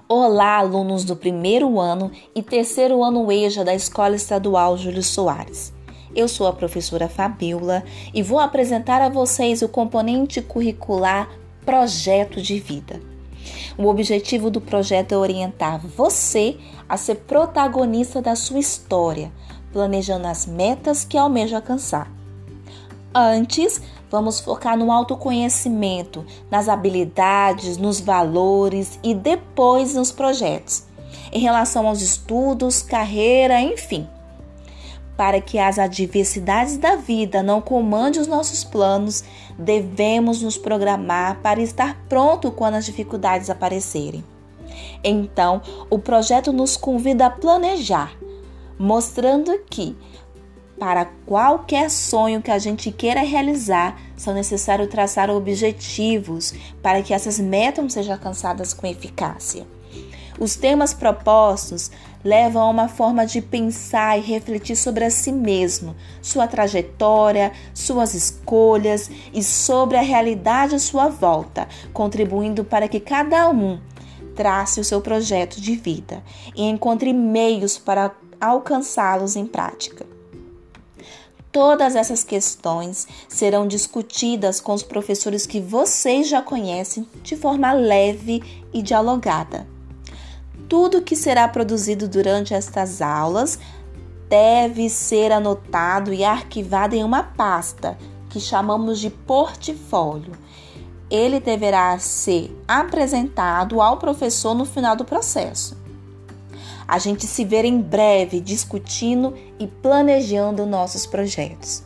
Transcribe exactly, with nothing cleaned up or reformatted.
Olá, alunos do primeiro ano e terceiro ano EJA da Escola Estadual Júlio Soares. Eu sou a professora Fabiola e vou apresentar a vocês o componente curricular Projeto de Vida. O objetivo do projeto é orientar você a ser protagonista da sua história, planejando as metas que almeja alcançar. Antes, vamos focar no autoconhecimento, nas habilidades, nos valores e depois nos projetos, em relação aos estudos, carreira, enfim. Para que as adversidades da vida não comandem os nossos planos, devemos nos programar para estar pronto quando as dificuldades aparecerem. Então, o projeto nos convida a planejar, mostrando que para qualquer sonho que a gente queira realizar, são necessários traçar objetivos para que essas metas sejam alcançadas com eficácia. Os temas propostos levam a uma forma de pensar e refletir sobre a si mesmo, sua trajetória, suas escolhas e sobre a realidade à sua volta, contribuindo para que cada um trace o seu projeto de vida e encontre meios para alcançá-los em prática. Todas essas questões serão discutidas com os professores que vocês já conhecem de forma leve e dialogada. Tudo que será produzido durante estas aulas deve ser anotado e arquivado em uma pasta que chamamos de portfólio. Ele deverá ser apresentado ao professor no final do processo. A gente se vê em breve discutindo e planejando nossos projetos.